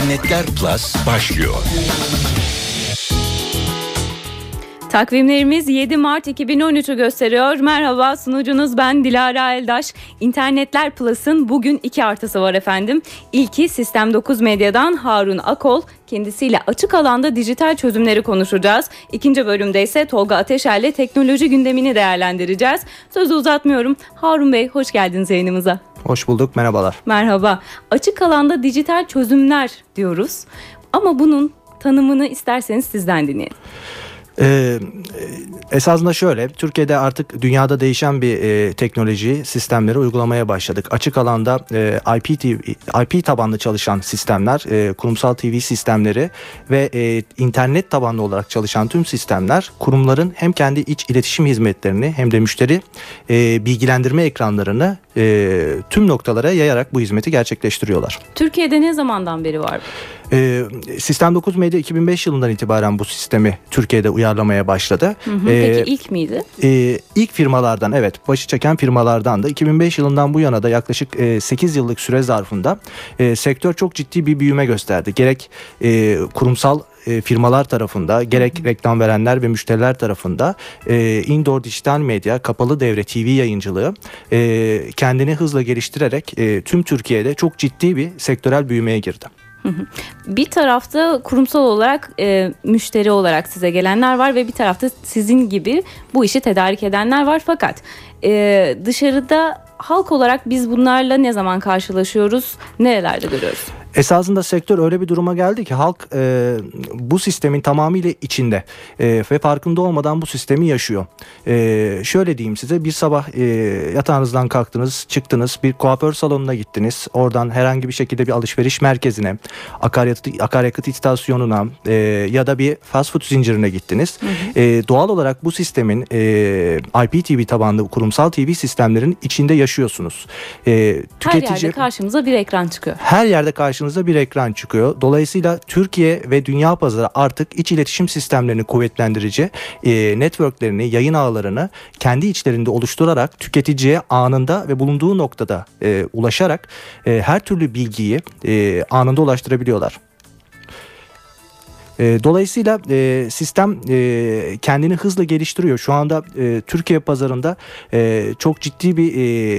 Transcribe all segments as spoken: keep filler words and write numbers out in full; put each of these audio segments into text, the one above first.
İnternetler Plus başlıyor. Takvimlerimiz yedi Mart iki bin on üç'ü gösteriyor. Merhaba, sunucunuz ben Dilara Eldaş. İnternetler Plus'ın bugün iki artısı var efendim. İlki Sistem dokuz Medya'dan Harun Akol. Kendisiyle açık alanda dijital çözümleri konuşacağız. İkinci bölümde ise Tolga Ateşer'le teknoloji gündemini değerlendireceğiz. Sözü uzatmıyorum. Harun Bey, hoş geldiniz yayınımıza. Hoş bulduk, merhabalar. Merhaba. Açık alanda dijital çözümler diyoruz. Ama bunun tanımını isterseniz sizden dinleyelim. Ee, esasında şöyle, Türkiye'de artık dünyada değişen bir e, teknoloji sistemleri uygulamaya başladık. Açık alanda e, I P T V, I P tabanlı çalışan sistemler, e, kurumsal T V sistemleri ve e, internet tabanlı olarak çalışan tüm sistemler kurumların hem kendi iç iletişim hizmetlerini hem de müşteri e, bilgilendirme ekranlarını e, tüm noktalara yayarak bu hizmeti gerçekleştiriyorlar. Türkiye'de ne zamandan beri var bu? Ee, Sistem dokuz Medya iki bin beş yılından itibaren bu sistemi Türkiye'de uyarlamaya başladı. Hı hı, ee, peki ilk miydi? E, ilk firmalardan, evet, başı çeken firmalardan da iki bin beş yılından bu yana da yaklaşık e, sekiz yıllık süre zarfında e, sektör çok ciddi bir büyüme gösterdi. Gerek e, kurumsal e, firmalar tarafında, gerek hı hı. reklam verenler ve müşteriler tarafında e, indoor dijital medya, kapalı devre T V yayıncılığı e, kendini hızla geliştirerek e, tüm Türkiye'de çok ciddi bir sektörel büyümeye girdi. Bir tarafta kurumsal olarak e, müşteri olarak size gelenler var ve bir tarafta sizin gibi bu işi tedarik edenler var. Fakat e, dışarıda halk olarak biz bunlarla ne zaman karşılaşıyoruz, nerelerde görüyoruz? Esasında sektör öyle bir duruma geldi ki halk e, bu sistemin tamamıyla içinde e, ve farkında olmadan bu sistemi yaşıyor. E, şöyle diyeyim size, bir sabah e, yatağınızdan kalktınız, çıktınız, bir kuaför salonuna gittiniz. Oradan herhangi bir şekilde bir alışveriş merkezine, akaryakıt, akaryakıt istasyonuna e, ya da bir fast food zincirine gittiniz. Hı hı. E, doğal olarak bu sistemin e, I P T V tabanlı kurumsal T V sistemlerin içinde yaşıyorsunuz. E, tüketici, her yerde karşımıza bir ekran çıkıyor. Her yerde karşımıza bir ekran çıkıyor. Dolayısıyla Türkiye ve dünya pazarı artık iç iletişim sistemlerini kuvvetlendirici, e, networklerini, yayın ağlarını kendi içlerinde oluşturarak tüketiciye anında ve bulunduğu noktada e, ulaşarak e, her türlü bilgiyi e, anında ulaştırabiliyorlar. Dolayısıyla e, sistem e, kendini hızla geliştiriyor. Şu anda e, Türkiye pazarında e, çok ciddi bir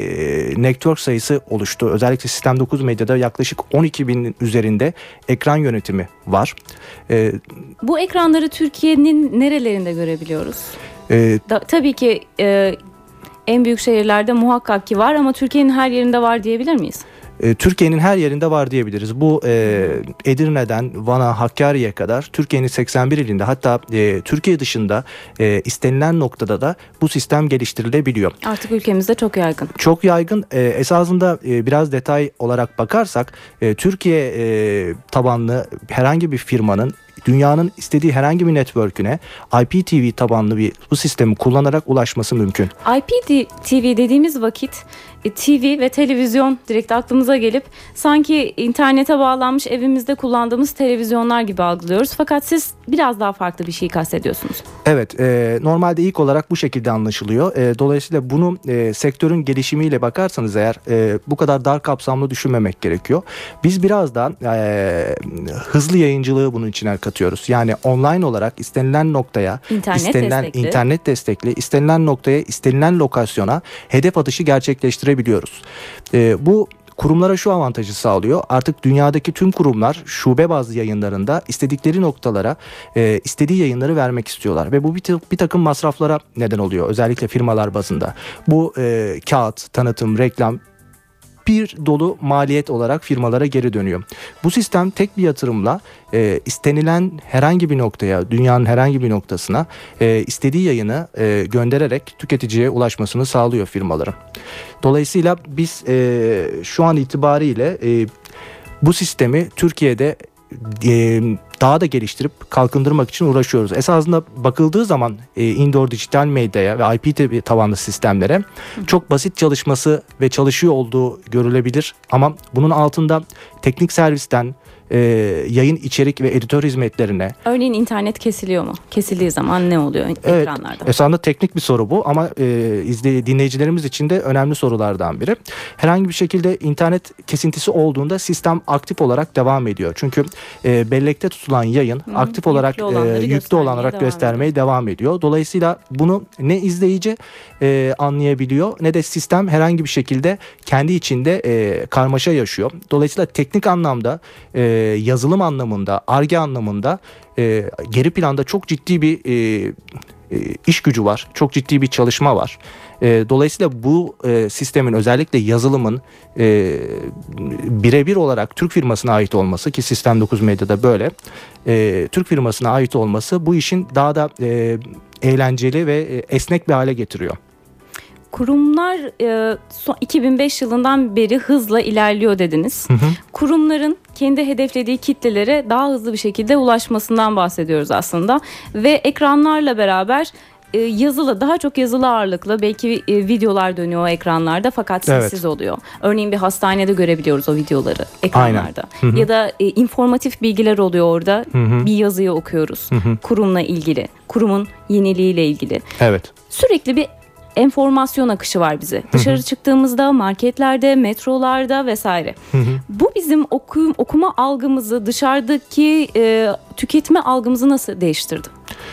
e, network sayısı oluştu. Özellikle Sistem dokuz Medya'da yaklaşık on iki binin üzerinde ekran yönetimi var. E, Bu ekranları Türkiye'nin nerelerinde görebiliyoruz? E, da, tabii ki e, en büyük şehirlerde muhakkak ki var ama Türkiye'nin her yerinde var diyebilir miyiz? Türkiye'nin her yerinde var diyebiliriz. Bu e, Edirne'den Van'a, Hakkari'ye kadar Türkiye'nin seksen bir ilinde, hatta e, Türkiye dışında e, istenilen noktada da bu sistem geliştirilebiliyor. Artık ülkemizde çok yaygın. Çok yaygın. E, esasında e, biraz detay olarak bakarsak e, Türkiye e, tabanlı herhangi bir firmanın dünyanın istediği herhangi bir network'üne I P T V tabanlı bir bu sistemi kullanarak ulaşması mümkün. I P T V dediğimiz vakit T V ve televizyon direkt aklımıza gelip sanki internete bağlanmış evimizde kullandığımız televizyonlar gibi algılıyoruz. Fakat siz biraz daha farklı bir şey kastediyorsunuz. Evet, e, normalde ilk olarak bu şekilde anlaşılıyor. E, dolayısıyla bunu e, sektörün gelişimiyle bakarsanız eğer e, bu kadar dar kapsamlı düşünmemek gerekiyor. Biz biraz da e, hızlı yayıncılığı bunun içine katıyoruz. Yani online olarak istenilen noktaya, internet istenilen destekli. internet destekli, istenilen noktaya, istenilen lokasyona hedef atışı gerçekleştirebiliyoruz. E, bu kurumlara şu avantajı sağlıyor. Artık dünyadaki tüm kurumlar şube bazlı yayınlarında istedikleri noktalara e, istediği yayınları vermek istiyorlar ve bu bir, bir takım masraflara neden oluyor. Özellikle firmalar bazında. Bu e, kağıt, tanıtım, reklam, bir dolu maliyet olarak firmalara geri dönüyor. Bu sistem tek bir yatırımla e, istenilen herhangi bir noktaya, dünyanın herhangi bir noktasına e, istediği yayını e, göndererek tüketiciye ulaşmasını sağlıyor firmaların. Dolayısıyla biz e, şu an itibariyle e, bu sistemi Türkiye'de e, daha da geliştirip kalkındırmak için uğraşıyoruz. Esasında bakıldığı zaman e, indoor dijital medyaya ve I P tabanlı sistemlere Hı. çok basit çalışması ve çalışıyor olduğu görülebilir. Ama bunun altında teknik servisten e, yayın, içerik ve editör hizmetlerine. Örneğin internet kesiliyor mu? Kesildiği zaman ne oluyor evet, ekranlarda? Esasında teknik bir soru bu ama e, izley- dinleyicilerimiz için de önemli sorulardan biri. Herhangi bir şekilde internet kesintisi olduğunda sistem aktif olarak devam ediyor. Çünkü e, bellekte tutulan yayın Hı, aktif olarak yüklü, e, yüklü olarak devam göstermeye ediyor. devam ediyor. Dolayısıyla bunu ne izleyici e, anlayabiliyor ne de sistem herhangi bir şekilde kendi içinde e, karmaşa yaşıyor. Dolayısıyla teknik anlamda e, yazılım anlamında, Ar-Ge anlamında e, geri planda çok ciddi bir e, e, iş gücü var. Çok ciddi bir çalışma var. E, dolayısıyla bu e, sistemin özellikle yazılımın e, birebir olarak Türk firmasına ait olması ki Sistem dokuz Medya'da böyle e, Türk firmasına ait olması bu işin daha da e, eğlenceli ve e, esnek bir hale getiriyor. Kurumlar e, son iki bin beş yılından beri hızla ilerliyor dediniz. Hı hı. Kurumların kendi hedeflediği kitlelere daha hızlı bir şekilde ulaşmasından bahsediyoruz aslında. Ve ekranlarla beraber e, yazılı, daha çok yazılı ağırlıklı belki e, videolar dönüyor o ekranlarda fakat sessiz evet. oluyor. Örneğin bir hastanede görebiliyoruz o videoları ekranlarda. Hı hı. Ya da e, informatif bilgiler oluyor orada. Hı hı. Bir yazıyı okuyoruz. Hı hı. Kurumla ilgili, kurumun yeniliğiyle ilgili. Evet. Sürekli bir enformasyon akışı var bize. Dışarı hı hı. çıktığımızda marketlerde, metrolarda vesaire. Hı hı. Bu bizim oku, okuma algımızı, dışarıdaki e, tüketme algımızı nasıl değiştirdi?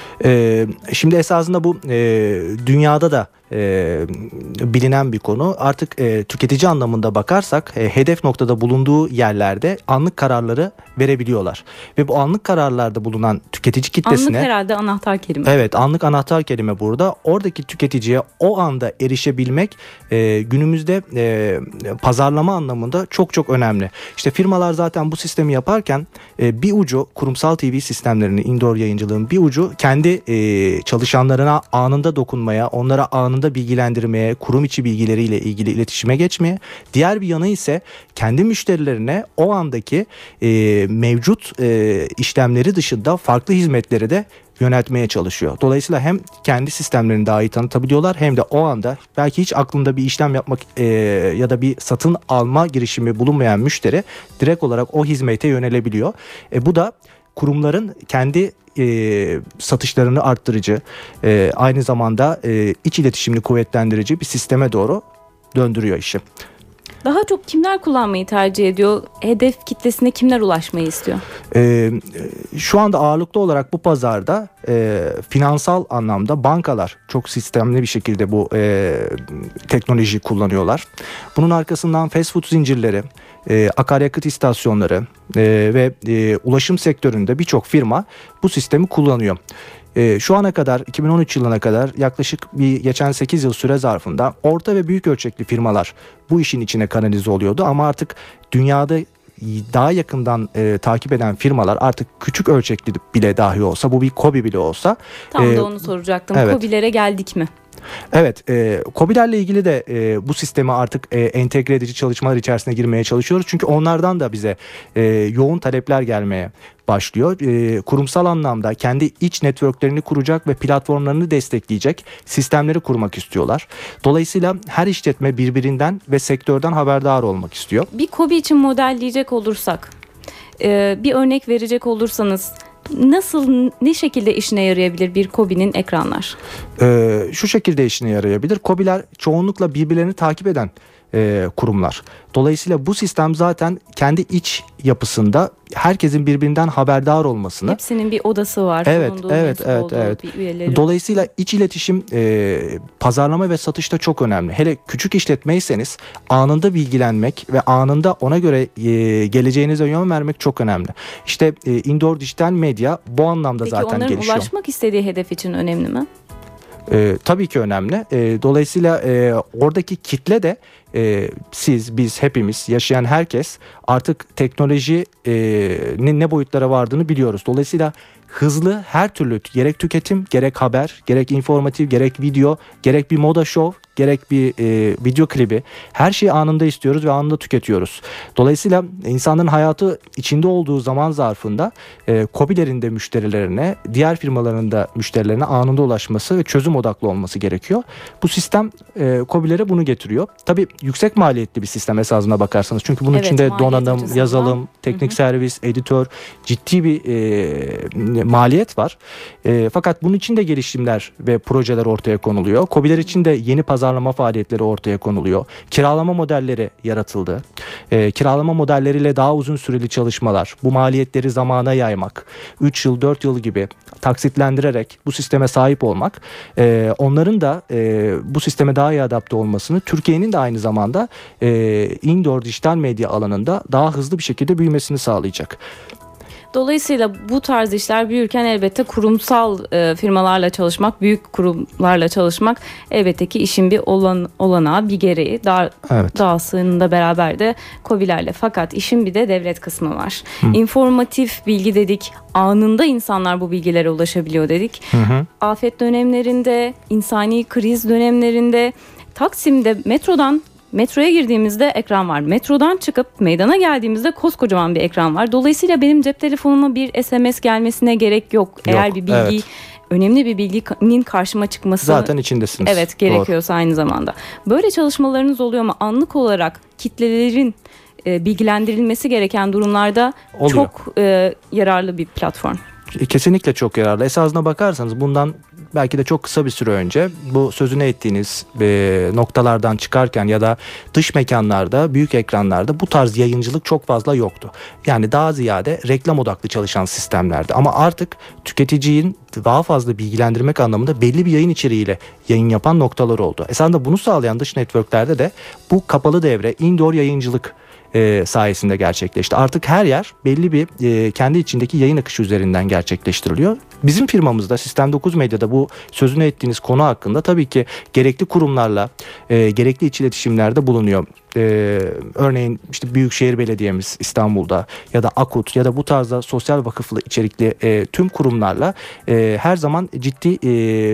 Ee, şimdi esasında bu e, dünyada da e, bilinen bir konu. Artık e, tüketici anlamında bakarsak e, hedef noktada bulunduğu yerlerde anlık kararları verebiliyorlar. Ve bu anlık kararlarda bulunan tüketici kitlesine... Anlık herhalde anahtar kelime. Evet, anlık anahtar kelime burada. Oradaki tüketiciye o anda erişebilmek e, günümüzde e, pazarlama anlamında çok çok önemli. İşte firmalar zaten bu sistemi yaparken e, bir ucu kurumsal T V sistemlerini, indoor yayıncılığın bir ucu kendi e, çalışanlarına anında dokunmaya, onlara anında bilgilendirmeye, kurum içi bilgileriyle ilgili iletişime geçmeye. Diğer bir yanı ise kendi müşterilerine o andaki e, mevcut e, işlemleri dışında farklı hizmetleri de yöneltmeye çalışıyor. Dolayısıyla hem kendi sistemlerini daha iyi tanıtabiliyorlar hem de o anda belki hiç aklında bir işlem yapmak e, ya da bir satın alma girişimi bulunmayan müşteri direkt olarak o hizmete yönelebiliyor. E, bu da kurumların kendi e, satışlarını arttırıcı, e, aynı zamanda e, iç iletişimini kuvvetlendirici bir sisteme doğru döndürüyor işi. Daha çok kimler kullanmayı tercih ediyor? Hedef kitlesine kimler ulaşmayı istiyor? Ee, şu anda ağırlıklı olarak bu pazarda e, finansal anlamda bankalar çok sistemli bir şekilde bu e, teknolojiyi kullanıyorlar. Bunun arkasından fast food zincirleri, e, akaryakıt istasyonları e, ve e, ulaşım sektöründe birçok firma bu sistemi kullanıyor. Ee, şu ana kadar iki bin on üç yılına kadar yaklaşık bir geçen sekiz yıl süre zarfında orta ve büyük ölçekli firmalar bu işin içine kanalize oluyordu ama artık dünyada daha yakından e, takip eden firmalar artık küçük ölçekli bile dahi olsa, bu bir KOBİ bile olsa. Tam e, da onu soracaktım. Evet. KOBİ'lere geldik mi? Evet, e, KOBİ'lerle ilgili de e, bu sisteme artık e, entegre edici çalışmalar içerisine girmeye çalışıyoruz. Çünkü onlardan da bize e, yoğun talepler gelmeye başlıyor. E, kurumsal anlamda kendi iç networklerini kuracak ve platformlarını destekleyecek sistemleri kurmak istiyorlar. Dolayısıyla her işletme birbirinden ve sektörden haberdar olmak istiyor. Bir KOBİ için modelleyecek olursak, e, bir örnek verecek olursanız... Nasıl, ne şekilde işine yarayabilir bir KOBİ'nin ekranlar? Ee, şu şekilde işine yarayabilir. KOBİ'ler çoğunlukla birbirlerini takip eden e, kurumlar. Dolayısıyla bu sistem zaten kendi iç yapısında herkesin birbirinden haberdar olmasını. Hepsinin bir odası var. Evet, evet, evet, evet. Dolayısıyla iç iletişim, e, pazarlama ve satışta çok önemli. Hele küçük işletmeyseniz anında bilgilenmek ve anında ona göre e, geleceğinize yön vermek çok önemli. İşte e, indoor dijital medya bu anlamda Peki, zaten gelişiyor. Peki onların ulaşmak istediği hedef için önemli mi? E, tabii ki önemli. E, dolayısıyla e, oradaki kitle de e, siz, biz, hepimiz, yaşayan herkes artık teknolojinin ne boyutlara vardığını biliyoruz. Dolayısıyla hızlı her türlü gerek tüketim, gerek haber, gerek informatif, gerek video, gerek bir moda show gerek bir e, video klibi, her şeyi anında istiyoruz ve anında tüketiyoruz. Dolayısıyla insanların hayatı içinde olduğu zaman zarfında e, KOBİ'lerin de müşterilerine, diğer firmaların da müşterilerine anında ulaşması ve çözüm odaklı olması gerekiyor. Bu sistem e, KOBİ'lere bunu getiriyor. Tabii yüksek maliyetli bir sistem esasına bakarsanız. Çünkü bunun Evet, içinde maliyet donanım, açısından. yazılım, teknik Hı-hı. servis, editör, ciddi bir e, maliyet var. E, fakat bunun için de gelişimler ve projeler ortaya konuluyor. KOBİ'ler için de yeni pazarlama faaliyetleri ortaya konuluyor. Kiralama modelleri yaratıldı. E, kiralama modelleriyle daha uzun süreli çalışmalar, bu maliyetleri zamana yaymak, üç yıl, dört yıl gibi taksitlendirerek bu sisteme sahip olmak, e, onların da e, bu sisteme daha iyi adapte olmasını, Türkiye'nin de aynı zamanda e, indoor dijital medya alanında daha hızlı bir şekilde büyümesini sağlayacak. Dolayısıyla bu tarz işler büyürken elbette kurumsal e, firmalarla çalışmak, büyük kurumlarla çalışmak elbette ki işin bir olan, olanağı, bir gereği. Daha, evet. Dahasında beraber de KOBİ'lerle. Fakat işin bir de devlet kısmı var. Hı. İnformatif bilgi dedik, anında insanlar bu bilgilere ulaşabiliyor dedik. Hı hı. Afet dönemlerinde, insani kriz dönemlerinde, Taksim'de metrodan Metroya girdiğimizde ekran var. Metrodan çıkıp meydana geldiğimizde koskocaman bir ekran var. Dolayısıyla benim cep telefonuma bir S M S gelmesine gerek yok. yok Eğer bir bilgi, evet. önemli bir bilginin karşıma çıkması. Zaten içindesiniz. Evet, gerekiyorsa Doğru. aynı zamanda. Böyle çalışmalarınız oluyor mu? Anlık olarak kitlelerin e, bilgilendirilmesi gereken durumlarda oluyor. Çok e, yararlı bir platform. Kesinlikle çok yararlı. Esasına bakarsanız bundan belki de çok kısa bir süre önce bu sözünü ettiğiniz e, noktalardan çıkarken ya da dış mekanlarda, büyük ekranlarda bu tarz yayıncılık çok fazla yoktu. Yani daha ziyade reklam odaklı çalışan sistemlerdi. Ama artık tüketicinin daha fazla bilgilendirmek anlamında belli bir yayın içeriğiyle yayın yapan noktalar oldu. Esasında bunu sağlayan dış networklerde de bu kapalı devre, indoor yayıncılık E, sayesinde gerçekleşti. Artık her yer belli bir e, kendi içindeki yayın akışı üzerinden gerçekleştiriliyor. Bizim firmamızda Sistem dokuz Medya'da bu sözünü ettiğiniz konu hakkında tabii ki gerekli kurumlarla e, gerekli iç iletişimlerde bulunuyor. Ee, örneğin işte Büyükşehir Belediye'miz İstanbul'da ya da AKUT ya da bu tarzda sosyal vakıflı içerikli e, tüm kurumlarla e, her zaman ciddi e,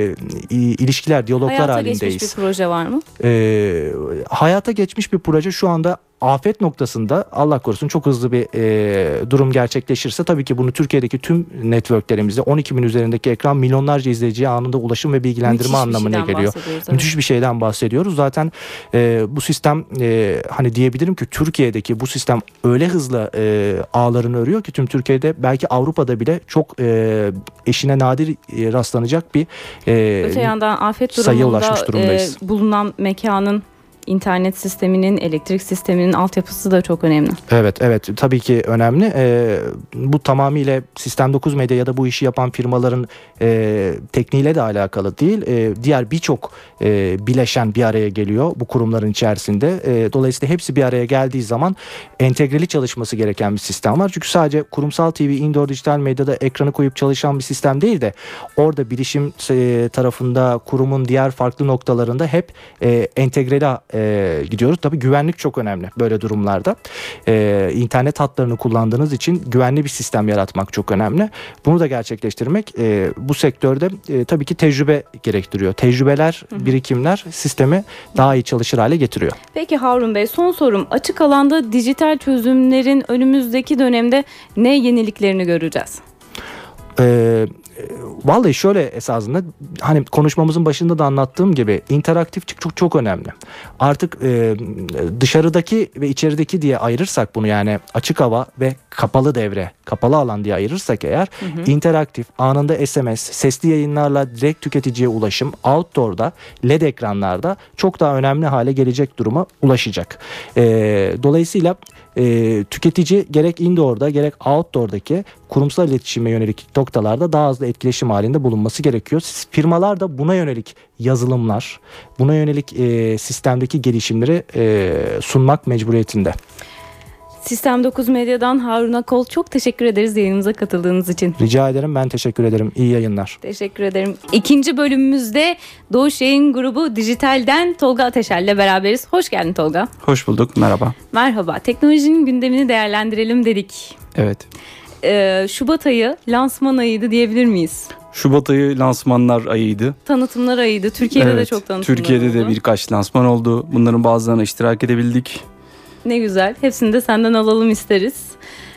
ilişkiler, diyaloglar hayata halindeyiz. Hayata geçmiş bir proje var mı? Ee, hayata geçmiş bir proje şu anda afet noktasında Allah korusun çok hızlı bir e, durum gerçekleşirse tabii ki bunu Türkiye'deki tüm networklerimizde on iki bin üzerindeki ekran milyonlarca izleyiciye anında ulaşım ve bilgilendirme Müthiş anlamına geliyor. Müthiş bir şeyden bahsediyoruz. Zaten e, bu sistem e, hani diyebilirim ki Türkiye'deki bu sistem öyle hızlı e, ağlarını örüyor ki tüm Türkiye'de belki Avrupa'da bile çok e, eşine nadir e, rastlanacak bir e, Öte yandan afet sayıya ulaşmış durumdayız. E, bulunan mekanın İnternet sisteminin, elektrik sisteminin altyapısı da çok önemli. Evet, evet. Tabii ki önemli. Ee, bu tamamıyla Sistem dokuz Medya ya da bu işi yapan firmaların e, tekniğiyle de alakalı değil. E, diğer birçok e, bileşen bir araya geliyor bu kurumların içerisinde. E, dolayısıyla hepsi bir araya geldiği zaman entegreli çalışması gereken bir sistem var. Çünkü sadece kurumsal T V, indoor dijital medyada ekranı koyup çalışan bir sistem değil de orada bilişim e, tarafında, kurumun diğer farklı noktalarında hep e, entegreli e, gidiyoruz. Tabii güvenlik çok önemli böyle durumlarda. E, internet hatlarını kullandığınız için güvenli bir sistem yaratmak çok önemli. Bunu da gerçekleştirmek e, bu sektörde e, tabii ki tecrübe gerektiriyor. Tecrübeler, hı hı. birikimler sistemi daha iyi çalışır hale getiriyor. Peki Harun Bey, son sorum. Açık alanda dijital çözümlerin önümüzdeki dönemde ne yeniliklerini göreceğiz? Eee Vallahi şöyle esasında hani konuşmamızın başında da anlattığım gibi interaktif çok çok önemli. Artık e, dışarıdaki ve içerideki diye ayırırsak bunu, yani açık hava ve kapalı devre, kapalı alan diye ayırırsak eğer, hı hı. interaktif, anında S M S, sesli yayınlarla direkt tüketiciye ulaşım, outdoor'da, L E D ekranlarda çok daha önemli hale gelecek duruma ulaşacak. E, dolayısıyla e, tüketici gerek indoor'da gerek outdoor'daki kurumsal iletişime yönelik noktalarda daha hızlı etkileşim halinde bulunması gerekiyor. Firmalar da buna yönelik yazılımlar, buna yönelik e, sistemdeki gelişimleri e, sunmak mecburiyetinde. Sistem dokuz Medya'dan Harun Akol, çok teşekkür ederiz yayınımıza katıldığınız için. Rica ederim, ben teşekkür ederim. İyi yayınlar. Teşekkür ederim. İkinci bölümümüzde Doğuş Yayın Grubu Dijital'den Tolga Ateşer'le beraberiz. Hoş geldin Tolga. Hoş bulduk, merhaba. Merhaba. Teknolojinin gündemini değerlendirelim dedik. Evet. Ee, Şubat ayı lansman ayıydı diyebilir miyiz? Şubat ayı lansmanlar ayıydı. Tanıtımlar ayıydı. Türkiye'de evet, de çok tanıtımlar Türkiye'de oldu. de birkaç lansman oldu. Bunların bazılarına iştirak edebildik. Ne güzel. Hepsini de senden alalım isteriz.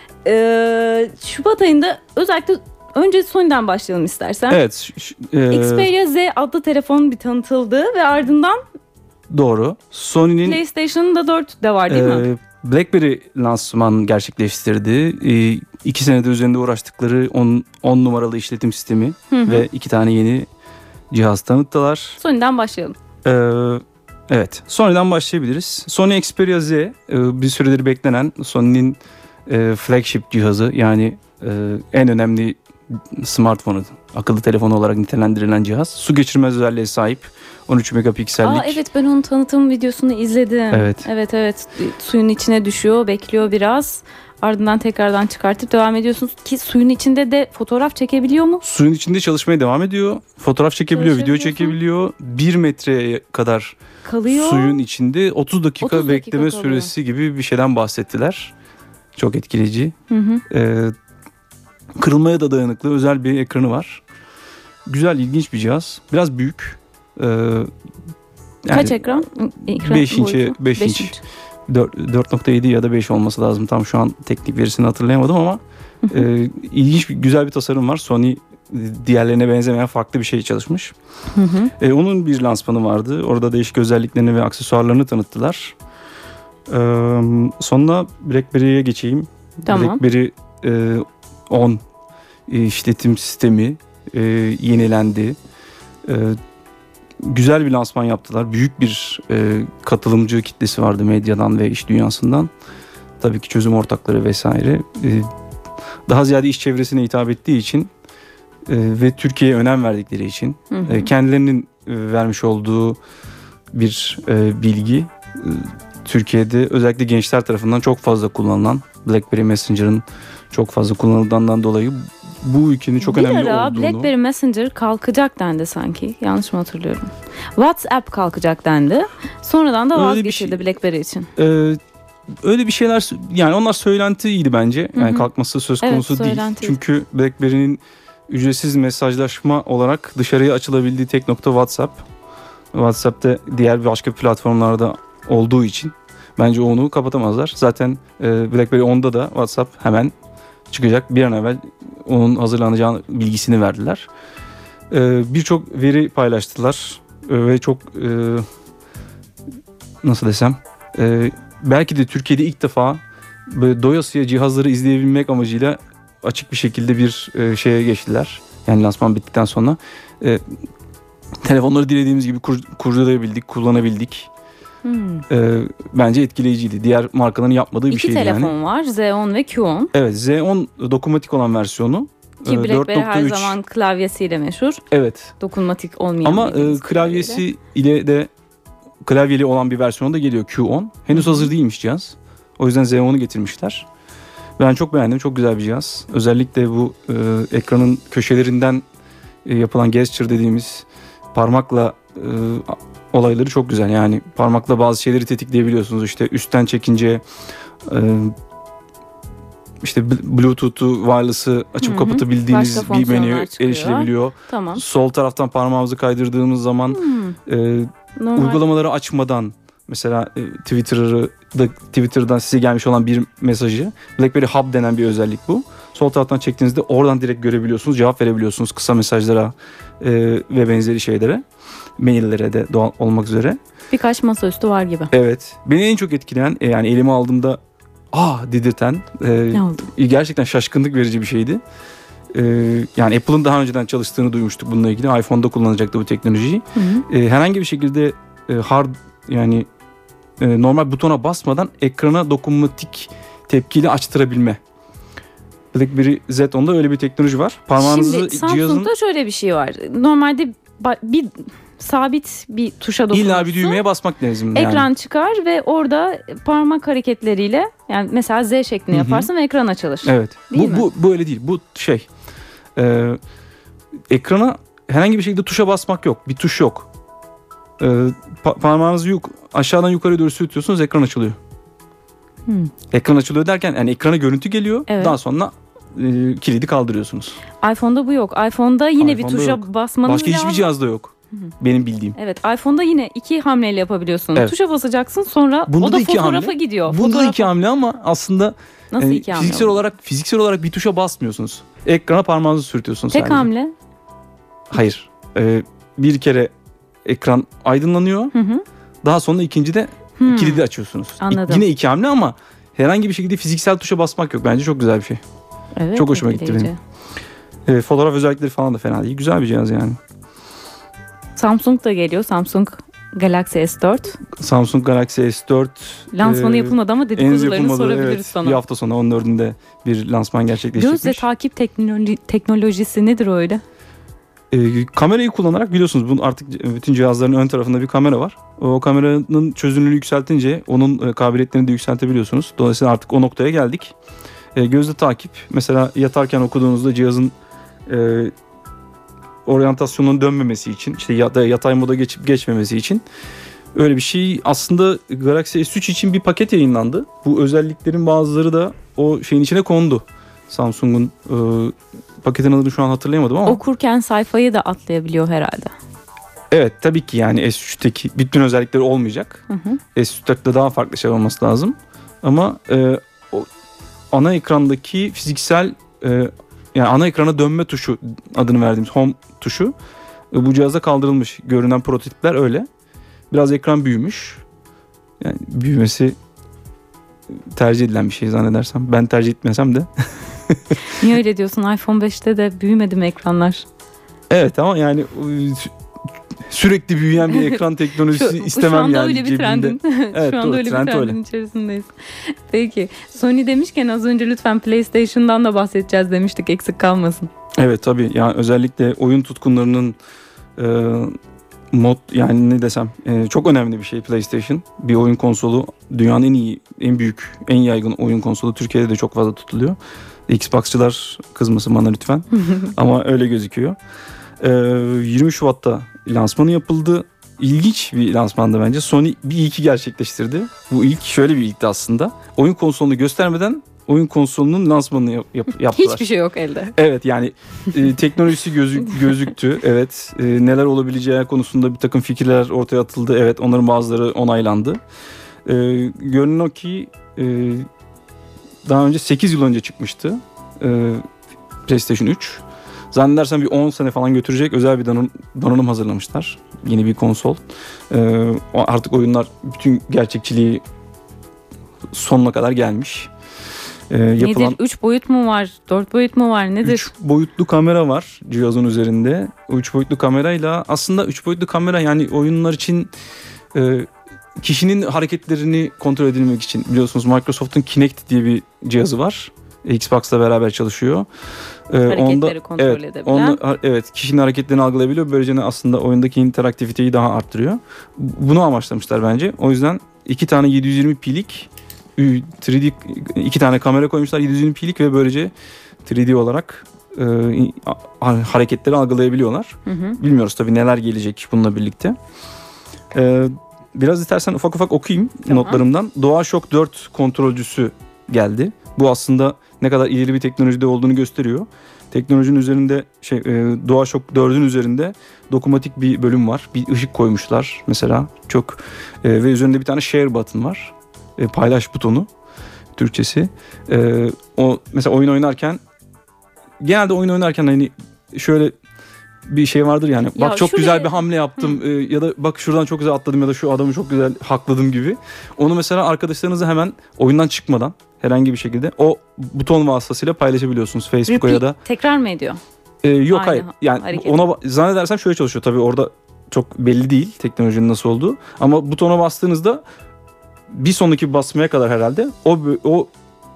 Ee, Şubat ayında özellikle önce Sony'den başlayalım istersen. Evet. Ş- ş- e, Xperia Z adlı telefon bir tanıtıldı ve ardından doğru. Sony'nin PlayStation'ın da dört de var değil e, mi? BlackBerry lansman gerçekleştirdi. E, iki senede üzerinde uğraştıkları on numaralı işletim sistemi Hı hı. ve iki tane yeni cihaz tanıttılar. Sony'den başlayalım. Ee, evet, Sony'den başlayabiliriz. Sony Xperia Z e, bir süredir beklenen Sony'nin e, flagship cihazı, yani e, en önemli smartphone'u, akıllı telefonu olarak nitelendirilen cihaz. Su geçirmez özelliğe sahip, on üç megapiksellik. Aa, evet, ben onun tanıtım videosunu izledim. Evet. Evet evet suyun içine düşüyor, bekliyor biraz. Ardından tekrardan çıkartıp devam ediyorsunuz ki suyun içinde de fotoğraf çekebiliyor mu? Suyun içinde çalışmaya devam ediyor. Fotoğraf çekebiliyor, video çekebiliyor. Bir metreye kadar Kalıyor. suyun içinde otuz dakika, otuz dakika bekleme kalıyor. süresi gibi bir şeyden bahsettiler. Çok etkileyici. Hı hı. Ee, kırılmaya da dayanıklı özel bir ekranı var. Güzel, ilginç bir cihaz. Biraz büyük. Ee, yani Kaç ekran? ekran beş inçe boyutu? beş Beş inç. dört nokta yedi ya da beş olması lazım. Tam şu an teknik verisini hatırlayamadım ama e, ilginç bir, güzel bir tasarım var. Sony diğerlerine benzemeyen farklı bir şey çalışmış. Hı hı. E, onun bir lansmanı vardı. Orada değişik özelliklerini ve aksesuarlarını tanıttılar. E, sonra BlackBerry'ye geçeyim. Tamam. BlackBerry e, on e, işletim sistemi e, yenilendi. E, güzel bir lansman yaptılar. Büyük bir e, katılımcı kitlesi vardı medyadan ve iş dünyasından. Tabii ki çözüm ortakları vesaire. E, daha ziyade iş çevresine hitap ettiği için e, ve Türkiye'ye önem verdikleri için Hı hı. e, kendilerinin e, vermiş olduğu bir e, bilgi, e, Türkiye'de özellikle gençler tarafından çok fazla kullanılan, BlackBerry Messenger'ın çok fazla kullanıldığından dolayı bu ülkenin çok bir önemli ara olduğunu. BlackBerry Messenger kalkacak dendi sanki. Yanlış mı hatırlıyorum? WhatsApp kalkacak dendi. Sonradan da Öyle bir vazgeçildi şey- BlackBerry için. Ee, öyle bir şeyler, yani onlar söylentiydi bence. Yani Hı hı. kalkması söz Evet, konusu değil. söylentiydi. Çünkü BlackBerry'nin ücretsiz mesajlaşma olarak dışarıya açılabildiği tek nokta WhatsApp. WhatsApp'ta diğer başka platformlarda olduğu için bence onu kapatamazlar. Zaten e, BlackBerry onda da WhatsApp hemen çıkacak. Bir an evvel onun hazırlanacağı bilgisini verdiler. E, birçok veri paylaştılar e, ve çok e, nasıl desem e, belki de Türkiye'de ilk defa böyle doyasıya cihazları izleyebilmek amacıyla açık bir şekilde bir e, şeye geçtiler. Yani lansman bittikten sonra e, telefonları dilediğimiz gibi kur, kurcalayabildik, kullanabildik. Hmm. E, bence etkileyiciydi. Diğer markaların yapmadığı bir İki şeydi telefon yani. var. Z on ve Q on. Evet, Z on dokunmatik olan versiyonu. Ki e, BlackBerry her 4.3 zaman klavyesiyle meşhur. Evet. Dokunmatik olmayan. Ama bildiğimiz e, klavyesi ile de klavyeli olan bir versiyonu da geliyor, Q on. Henüz Hı hı. hazır değilmiş cihaz. O yüzden Z on'u getirmişler. Ben çok beğendim. Çok güzel bir cihaz. Özellikle bu e, ekranın köşelerinden e, yapılan gesture dediğimiz parmakla e, olayları çok güzel. Yani parmakla bazı şeyleri tetikleyebiliyorsunuz. İşte üstten çekince e, işte Bluetooth'u, wireless'ı açıp Hı hı. kapatabildiğiniz Başka bir menüye fonksiyonlar çıkıyor. erişilebiliyor. Tamam. Sol taraftan parmağımızı kaydırdığımız zaman Hmm. e, Normal. uygulamaları açmadan, mesela e, Twitter'ı da Twitter'dan size gelmiş olan bir mesajı, BlackBerry Hub denen bir özellik bu. Sol taraftan çektiğinizde oradan direkt görebiliyorsunuz, cevap verebiliyorsunuz kısa mesajlara e, ve benzeri şeylere, maillere de doğal olmak üzere. Birkaç masaüstü var gibi. Evet. Beni en çok etkileyen, e, yani elime aldığımda ah dedirten, e, Ne oldu? gerçekten şaşkınlık verici bir şeydi. E, yani Apple'ın daha önceden çalıştığını duymuştuk bununla ilgili. iPhone'da kullanacaktı bu teknolojiyi. Hı hı. E, herhangi bir şekilde e, hard yani e, normal butona basmadan ekrana dokunmatik tepkili açtırabilme. BlackBerry Z on'da öyle bir teknoloji var. Parmağınızı Şimdi cihazın Samsung'da şöyle bir şey var. Normalde ba- bir sabit bir tuşa dokunursun. illa bir düğmeye basmak lazım. Yani. Ekran çıkar ve orada parmak hareketleriyle, yani mesela Z şeklinde Hı hı. yaparsın ve ekran açılır. Evet. Değil Bu, mi? bu bu öyle değil. Bu şey. E, ekrana herhangi bir şekilde tuşa basmak yok. Bir tuş yok. E, pa- parmağınızı yuk aşağıdan yukarı doğru sürtüyorsunuz, ekran açılıyor. Hmm. Ekran açılıyor derken yani ekrana görüntü geliyor. Evet. Daha sonra e, kilidi kaldırıyorsunuz. iPhone'da bu yok. iPhone'da yine iPhone'da bir tuşa yok. basmanız Başka lazım. hiçbir cihazda yok. Benim bildiğim. Evet, iPhone'da yine iki hamleyle yapabiliyorsun. Evet. Tuşa basacaksın, sonra Bunda o da da iki fotoğrafa hamle. gidiyor. Bunda da Fotoğrafa- iki hamle ama aslında Nasıl e, iki hamle? fiziksel oldu? olarak fiziksel olarak bir tuşa basmıyorsunuz. Ekrana parmağınızı sürtüyorsunuz Tek sadece. hamle. Hayır. E, bir kere ekran aydınlanıyor. Hı hı. Daha sonra ikinci de Hmm. kilidi açıyorsunuz. İ- Anladım. Yine iki hamle ama herhangi bir şekilde fiziksel tuşa basmak yok. Bence çok güzel bir şey. Evet, Çok hoşuma gitti etkileyici. E, fotoğraf özellikleri falan da fena değil. Güzel bir cihaz yani. Samsung da geliyor. Samsung Galaxy S dört. Samsung Galaxy S dört Lansmanı e, yapılmadı ama henüz dedikodularını yapılmadı. sorabiliriz Evet, sana. bir hafta sonra on dördünde bir lansman gerçekleşecekmiş. Gözle takip teknoloji, teknolojisi nedir öyle? E, kamerayı kullanarak biliyorsunuz bunun artık bütün cihazların ön tarafında bir kamera var. O kameranın çözünürlüğünü yükseltince onun e, kabiliyetlerini de yükseltebiliyorsunuz. Dolayısıyla artık o noktaya geldik. E, gözle takip, mesela yatarken okuduğunuzda cihazın e, oryantasyonunun dönmemesi için, işte ya da yatay moda geçip geçmemesi için öyle bir şey. Aslında Galaxy S üç için bir paket yayınlandı. Bu özelliklerin bazıları da o şeyin içine kondu. Samsung'un e, paketin adını şu an hatırlayamadım ama. Okurken sayfayı da atlayabiliyor herhalde. Evet, tabii ki yani S üçteki bütün özellikleri olmayacak. Hı hı. S dörtte daha farklı şey olması lazım. Ama e, o ana ekrandaki fiziksel e, yani ana ekrana dönme tuşu adını verdiğimiz home tuşu e, bu cihazda kaldırılmış. Görünen prototipler öyle. Biraz ekran büyümüş. Yani büyümesi tercih edilen bir şey zannedersem. Ben tercih etmesem de. Niye öyle diyorsun? iPhone beşte de büyümedi mi ekranlar? Evet ama yani sü- sürekli büyüyen bir ekran teknolojisi Şu, istemem şu anda yani öyle bir cebimde. trendin. Evet, şu anda doğru, öyle bir trend trendin öyle. içerisindeyiz. Peki. Sony demişken az önce lütfen PlayStation'dan da bahsedeceğiz demiştik. Eksik kalmasın. Evet tabii yani özellikle oyun tutkunlarının e, mod yani ne desem e, çok önemli bir şey PlayStation. Bir oyun konsolu, dünyanın en iyi, en büyük, en yaygın oyun konsolu. Türkiye'de de çok fazla tutuluyor. Xbox'çılar kızmasın bana lütfen. Ama öyle gözüküyor. E, yirmi Şubat'ta lansmanı yapıldı. İlginç bir lansmandı bence. Sony bir ilki gerçekleştirdi. Bu ilk şöyle bir ilkti aslında. Oyun konsolunu göstermeden oyun konsolunun lansmanını yap, yap, yaptılar. Hiçbir şey yok elde. Evet yani e, teknolojisi gözü, gözüktü. Evet e, neler olabileceği konusunda bir takım fikirler ortaya atıldı. Evet onların bazıları onaylandı. E, görünen o ki e, daha önce sekiz yıl önce çıkmıştı e, PlayStation üç. Zannedersem bir on sene falan götürecek özel bir donanım, donanım hazırlamışlar. Yeni bir konsol. E, artık oyunlar bütün gerçekçiliği sonuna kadar gelmiş. Ee, yapılan Nedir? Üç boyut mu var? Dört boyut mu var? Nedir? üç boyutlu kamera var cihazın üzerinde. O üç boyutlu kamerayla aslında üç boyutlu kamera yani oyunlar için e, kişinin hareketlerini kontrol edilmek için biliyorsunuz Microsoft'un Kinect diye bir cihazı var. Xbox'la beraber çalışıyor. Ee, Hareketleri kontrol evet, edebilen. Onda, evet kişinin hareketlerini algılayabiliyor. Böylece aslında oyundaki interaktiviteyi daha arttırıyor. Bunu amaçlamışlar bence. O yüzden iki tane yedi yüz yirmi pi'lik üç D iki tane kamera koymuşlar yedi yüz yirmi pi'lik ve böylece üç D olarak e, hareketleri algılayabiliyorlar. Hı hı. Bilmiyoruz tabii neler gelecek bununla birlikte. E, biraz istersen ufak ufak okuyayım Tamam. notlarımdan. DualShock dört kontrolcüsü geldi. Bu aslında ne kadar ileri bir teknolojide olduğunu gösteriyor. Teknolojinin üzerinde şey e, DualShock dördün üzerinde dokunmatik bir bölüm var. Bir ışık koymuşlar mesela. Çok e, ve üzerinde bir tane share button var. E, paylaş butonu Türkçesi. E, o mesela oyun oynarken genelde oyun oynarken hani şöyle bir şey vardır yani. Ya Bak çok şuraya- güzel bir hamle yaptım e, ya da bak şuradan çok güzel atladım ya da şu adamı çok güzel hakladım gibi. Onu mesela arkadaşlarınızla hemen oyundan çıkmadan herhangi bir şekilde o buton vasıtasıyla paylaşabiliyorsunuz Facebook'a ya Repeat, da tekrar mı ediyor? e, yok Aynı hayır yani hareket. ona ba- zannedersem şöyle çalışıyor tabii orada çok belli değil teknolojinin nasıl olduğu ama butona bastığınızda bir sonraki basmaya kadar herhalde o bö- o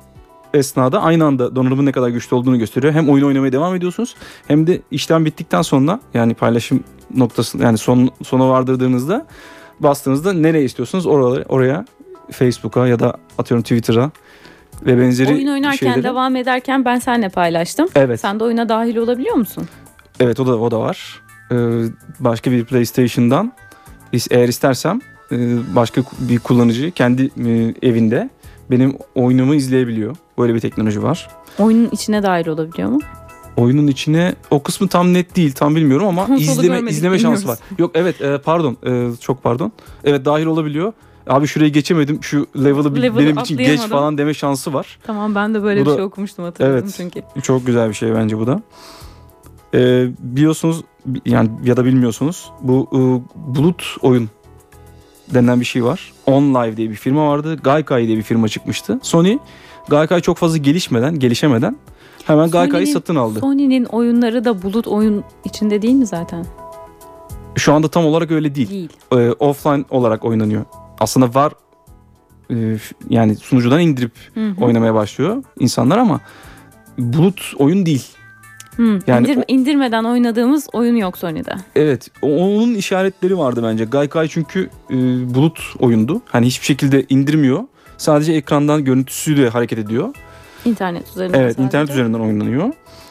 esnada aynı anda donanımın ne kadar güçlü olduğunu gösteriyor. Hem oyun oynamaya devam ediyorsunuz hem de işlem bittikten sonra yani paylaşım noktası yani son sona vardırdığınızda bastığınızda nereye istiyorsunuz oraya, oraya Facebook'a ya da atıyorum Twitter'a ve benzeri Oyun oynarken şeyleri. devam ederken ben seninle paylaştım. Evet. Sen de oyuna dahil olabiliyor musun? Evet o da o da var. Ee, başka bir PlayStation'dan eğer istersem e, başka bir kullanıcı kendi e, evinde benim oyunumu izleyebiliyor. Böyle bir teknoloji var. Oyunun içine dahil olabiliyor mu? Oyunun içine o kısmı tam net değil, tam bilmiyorum ama Konsolu izleme görmedik, izleme şansı var. bilmiyoruz. Yok evet e, pardon e, çok pardon. Evet dahil olabiliyor. Abi şurayı geçemedim, şu level'ı bir- Level'ı benim için geç atlayamadım. falan deme şansı var. Tamam, ben de böyle Bu bir da- şey okumuştum, hatırladım Evet. çünkü. Çok güzel bir şey bence bu da. Ee, biliyorsunuz yani ya da bilmiyorsunuz bu e, bulut oyun denilen bir şey var. OnLive diye bir firma vardı. Gaikai diye bir firma çıkmıştı. Sony Gaikai çok fazla gelişmeden, gelişemeden hemen Gaikai'yi Sony'nin- satın aldı. Sony'nin oyunları da bulut oyun içinde değil mi zaten? Şu anda tam olarak öyle değil. Değil. Ee, offline olarak oynanıyor. Aslında var e, yani sunucudan indirip Hı hı. oynamaya başlıyor insanlar ama bulut oyun değil. Hı. Yani İndirme- indirmeden oynadığımız oyun yok Sony'de. Evet, o- onun işaretleri vardı bence. Gaikai çünkü e, bulut oyundu. Hani hiçbir şekilde indirmiyor. Sadece ekrandan görüntüsüyle hareket ediyor. İnternet üzerinden. Evet, sadece. internet üzerinden oynanıyor.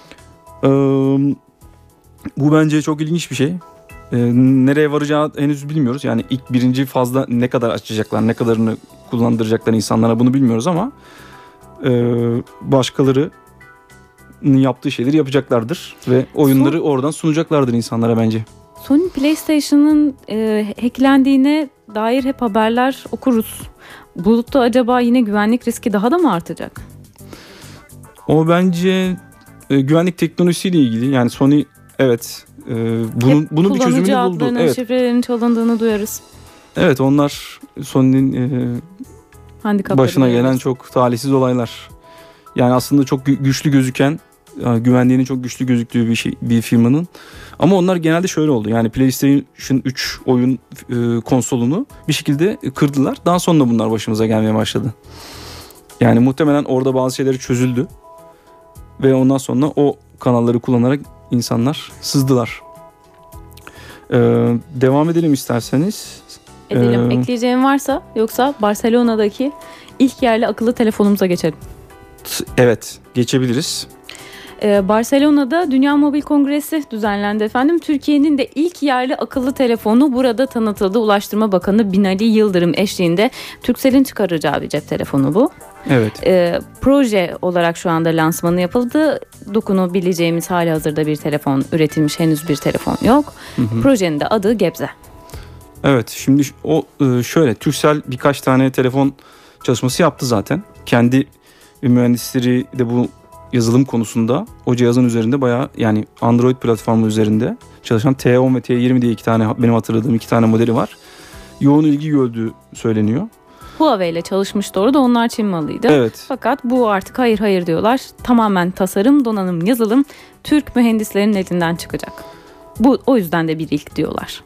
Ee, bu bence çok ilginç bir şey. Ee, nereye varacağı henüz bilmiyoruz. Yani ilk birinci fazla ne kadar açacaklar, ne kadarını kullandıracaklar insanlara bunu bilmiyoruz ama e, başkaları yaptığı şeyleri yapacaklardır ve oyunları oradan sunacaklardır insanlara bence. Sony PlayStation'ın e, hacklendiğine dair hep haberler okuruz. Bulutta acaba yine güvenlik riski daha da mı artacak? O bence e, güvenlik teknolojisiyle ilgili. Yani Sony evet e, bunun Hep bunun bir çözümünü kullanıcı buldu. adlarının, Evet. şifrelerinin çalındığını duyarız. Evet onlar Sony'nin e, Handikapları başına gelen duyarız. çok talihsiz olaylar. Yani aslında çok gü- güçlü gözüken, e, güvenliğinin çok güçlü gözüktüğü bir şey bir firmanın. Ama onlar genelde şöyle oldu. Yani PlayStation üç oyun e, konsolunu bir şekilde kırdılar. Daha sonra bunlar başımıza gelmeye başladı. Yani muhtemelen orada bazı şeyleri çözüldü. Ve ondan sonra o kanalları kullanarak insanlar sızdılar. Ee, devam edelim isterseniz. Edelim. Ee, Ekleyeceğim varsa, yoksa Barcelona'daki ilk yerli akıllı telefonumuza geçelim. t- Evet, geçebiliriz. Ee, Barcelona'da Dünya Mobil Kongresi düzenlendi efendim. Türkiye'nin de ilk yerli akıllı telefonu burada tanıtıldı. Ulaştırma Bakanı Binali Yıldırım eşliğinde Turkcell'in çıkaracağı bir cep telefonu bu. Evet. Ee, proje olarak şu anda lansmanı yapıldı. Dokunabileceğimiz hali hazırda bir telefon üretilmiş, henüz bir telefon yok. Hı hı. Projenin de adı Gebze. Evet, şimdi ş- o e, şöyle Turkcell birkaç tane telefon çalışması yaptı zaten. Kendi mühendisleri de bu yazılım konusunda o cihazın üzerinde bayağı, yani Android platformu üzerinde çalışan T on ve T yirmi diye iki tane, benim hatırladığım iki tane modeli var. Yoğun ilgi gördüğü söyleniyor. Huawei ile çalışmıştı orada, onlar Çin malıydı. Evet. Fakat bu artık hayır hayır diyorlar. Tamamen tasarım, donanım, yazılım Türk mühendislerin elinden çıkacak. Bu o yüzden de bir ilk diyorlar.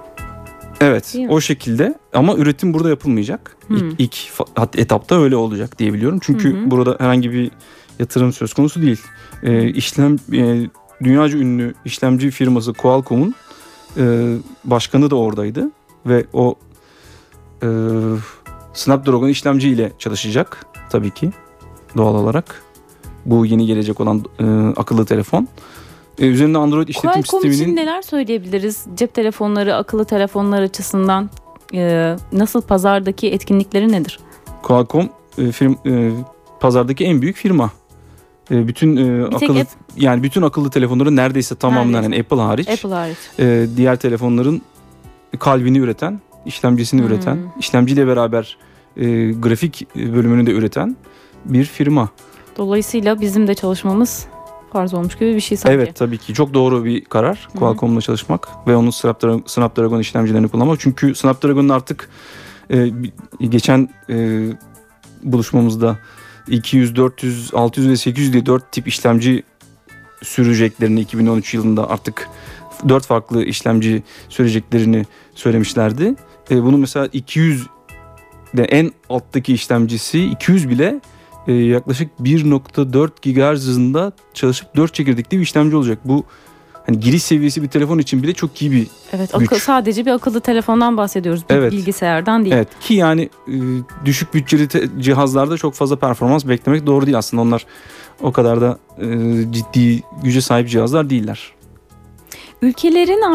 Evet, Değil mi? o şekilde ama üretim burada yapılmayacak. Hmm. İlk, ilk fa- etapta öyle olacak diye biliyorum. Çünkü Hı hı. burada herhangi bir yatırım söz konusu değil. Ee, işlem e, dünyaca ünlü işlemci firması Qualcomm'un e, başkanı da oradaydı ve o e, Snapdragon işlemci ile çalışacak tabii ki doğal olarak. Bu yeni gelecek olan e, akıllı telefon. E, üzerinde Android işletim Qualcomm sisteminin için neler söyleyebiliriz? Cep telefonları, akıllı telefonlar açısından e, nasıl, pazardaki etkinlikleri nedir? Qualcomm e, firm, e, pazardaki en büyük firma. E, bütün e, tek akıllı App- yani bütün akıllı telefonları neredeyse tamamlayan, Neredeyse. yani Apple hariç, Apple hariç. e, diğer telefonların kalbini üreten, işlemcisini Hmm. üreten, işlemciyle beraber e, grafik bölümünü de üreten bir firma. Dolayısıyla bizim de çalışmamız farz olmuş gibi bir şey sanki. Evet, tabii ki çok doğru bir karar Qualcomm'la çalışmak ve onun Snapdragon, Snapdragon işlemcilerini kullanmak. Çünkü Snapdragon'un artık e, bir- geçen e, buluşmamızda iki yüz, dört yüz, altı yüz ve sekiz yüz diye dört tip işlemci süreceklerini iki bin on üç yılında artık dört farklı işlemci süreceklerini söylemişlerdi. E, bunu mesela iki yüz de en alttaki işlemcisi iki yüz bile e, yaklaşık bir nokta dört gigahertz hızında çalışıp dört çekirdekli bir işlemci olacak. Bu hani giriş seviyesi bir telefon için bile çok iyi bir. Evet, Güç. akıl, sadece bir akıllı telefondan bahsediyoruz. Bir Evet. bilgisayardan değil. Evet ki yani e, düşük bütçeli te- cihazlarda çok fazla performans beklemek doğru değil aslında. Onlar o kadar da e, ciddi güce sahip cihazlar değiller. Ülkelerin artık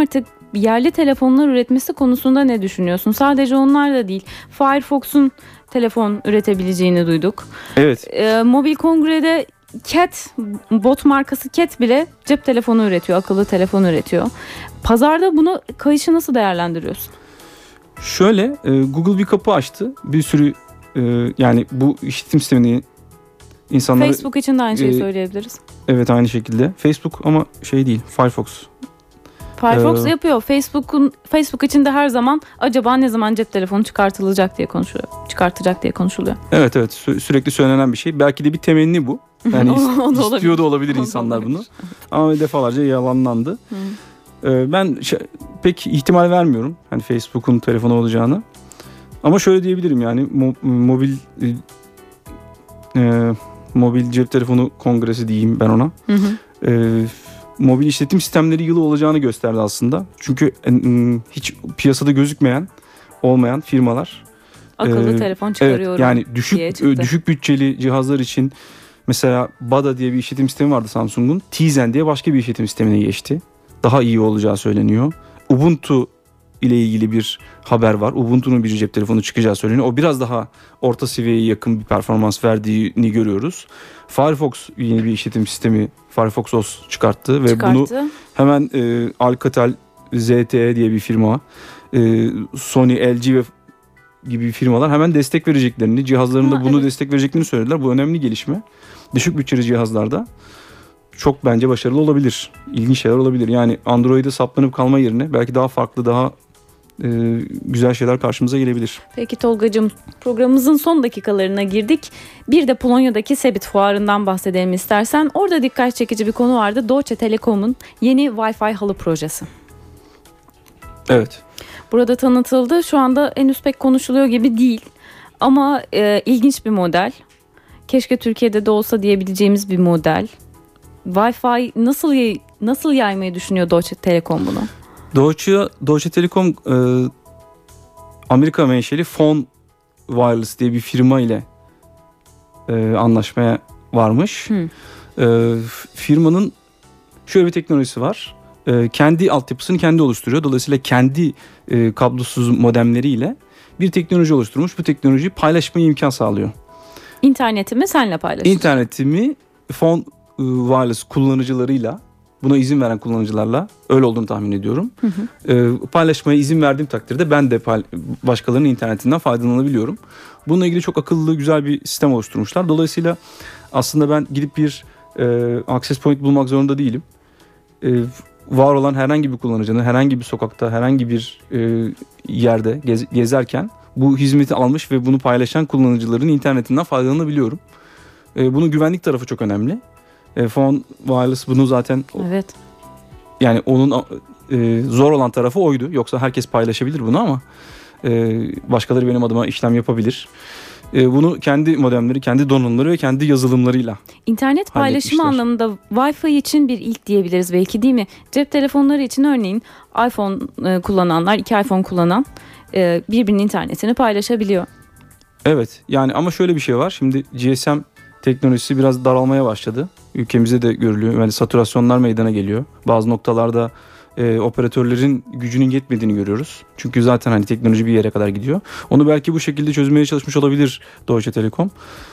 yerli telefonlar üretmesi konusunda ne düşünüyorsun? Sadece onlar da değil. Firefox'un telefon üretebileceğini duyduk. Evet. Ee, Mobil Kongre'de Cat, bot markası Cat bile cep telefonu üretiyor, akıllı telefon üretiyor. Pazarda bunu kayışı nasıl değerlendiriyorsun? Şöyle, e, Google bir kapı açtı. Bir sürü e, yani bu işletim sistemini insanlara... Facebook için de aynı şeyi e, söyleyebiliriz. Evet, aynı şekilde. Facebook ama şey değil, Firefox. Firefox Ee, yapıyor. Facebook'un Facebook için de her zaman acaba ne zaman cep telefonu çıkartılacak diye konuşuluyor. Çıkartacak diye konuşuluyor. Evet evet, sü- sürekli söylenen bir şey. Belki de bir temenni bu. Yani O da ist- olabilir. istiyor da olabilir O da insanlar olabilir. bunu. Ama defalarca yalanlandı. Hı. Ee, ben ş- pek ihtimal vermiyorum hani Facebook'un telefonu olacağını. Ama şöyle diyebilirim, yani mo- mobil e, e, mobil cep telefonu kongresi diyeyim ben ona. Hı hı. E, mobil işletim sistemleri yılı olacağını gösterdi aslında. Çünkü e, hiç piyasada gözükmeyen, olmayan firmalar Akıllı Ee, telefon çıkarıyorum. evet, yani diye düşük çıktı. düşük bütçeli cihazlar için mesela B A D A diye bir işletim sistemi vardı Samsung'un. Tizen diye başka bir işletim sistemine geçti. Daha iyi olacağı söyleniyor. Ubuntu ile ilgili bir haber var. Ubuntu'nun bir cep telefonu çıkacağı söyleniyor. O biraz daha orta seviyeye yakın bir performans verdiğini görüyoruz. Firefox yeni bir işletim sistemi, Firefox O S çıkarttı ve Çıkarttı. bunu hemen e, Alcatel Z T E diye bir firma, e, Sony, L G ve gibi firmalar hemen destek vereceklerini, cihazlarında Ha, bunu evet. destek vereceklerini söylediler. Bu önemli gelişme. Düşük bütçeli cihazlarda çok bence başarılı olabilir. İlginç şeyler olabilir. Yani Android'e saplanıp kalma yerine belki daha farklı, daha e, güzel şeyler karşımıza gelebilir. Peki Tolgacığım, programımızın son dakikalarına girdik. Bir de Polonya'daki Cebit fuarından bahsedelim istersen. Orada dikkat çekici bir konu vardı. Deutsche Telekom'un yeni Wi-Fi halı projesi. Evet. Burada tanıtıldı. Şu anda henüz pek konuşuluyor gibi değil. Ama e, ilginç bir model. Keşke Türkiye'de de olsa diyebileceğimiz bir model. Wi-Fi nasıl yay- nasıl yaymayı düşünüyor Deutsche Telekom bunu? Deutsche, Deutsche Telekom e, Amerika menşeli Phone Wireless diye bir firma ile e, anlaşmaya varmış. Hı. E, firmanın şöyle bir teknolojisi var. E, kendi altyapısını kendi oluşturuyor. Dolayısıyla kendi e, kablosuz modemleriyle bir teknoloji oluşturmuş. Bu teknolojiyi paylaşmaya imkan sağlıyor. İnternetimi senle paylaşacağım. İnternetimi Phone Wireless kullanıcılarıyla, buna izin veren kullanıcılarla, öyle olduğunu tahmin ediyorum. Hı hı. E, paylaşmaya izin verdiğim takdirde ben de pay- başkalarının internetinden faydalanabiliyorum. Bununla ilgili çok akıllı, güzel bir sistem oluşturmuşlar. Dolayısıyla aslında ben gidip bir e, access point bulmak zorunda değilim. E, var olan herhangi bir kullanıcının herhangi bir sokakta, herhangi bir e, yerde gez- gezerken bu hizmeti almış ve bunu paylaşan kullanıcıların internetinden faydalanabiliyorum. E, bunun güvenlik tarafı çok önemli. E, Phone Wireless bunu zaten Evet. yani onun e, zor olan tarafı oydu. Yoksa herkes paylaşabilir bunu ama e, başkaları benim adıma işlem yapabilir. E, bunu kendi modemleri, kendi donanımları ve kendi yazılımlarıyla. İnternet paylaşımı halletmişler. anlamında Wi-Fi için bir ilk diyebiliriz belki, değil mi? Cep telefonları için örneğin iPhone e, kullananlar, iki iPhone kullanan e, birbirinin internetini paylaşabiliyor. Evet, yani ama şöyle bir şey var. Şimdi G S M teknolojisi biraz daralmaya başladı. Ülkemizde de görülüyor. Yani satürasyonlar meydana geliyor. Bazı noktalarda e, operatörlerin gücünün yetmediğini görüyoruz. Çünkü zaten hani teknoloji bir yere kadar gidiyor. Onu belki bu şekilde çözmeye çalışmış olabilir Deutsche Telekom.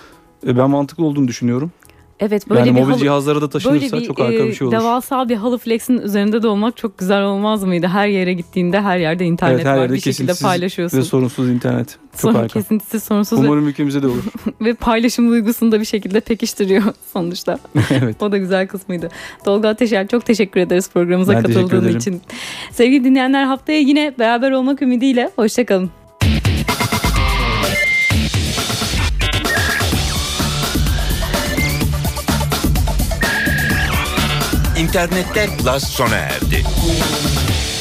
E, ben mantıklı olduğunu düşünüyorum. Evet, böyle yani bir mobil halı, cihazlara da böyle taşınırsa bir, çok harika e, bir şey olur. devasa bir halı flex'in üzerinde de olmak çok güzel olmaz mıydı? Her yere gittiğinde her yerde internet Evet, her var, yerde bir şekilde kesintisiz paylaşıyorsun. Ve sorunsuz internet. Çok Sonra harika. kesintisiz, sorunsuz ve, Umarım ülkemizde de olur. ve paylaşım duygusunu da bir şekilde pekiştiriyor sonuçta. Evet. O da güzel kısmıydı. Tolga Ateşer, çok teşekkür ederiz programımıza Ben teşekkür katıldığın ederim. için. Sevgili dinleyenler, haftaya yine beraber olmak ümidiyle hoşçakalın. İnternetler Plus sona erdi.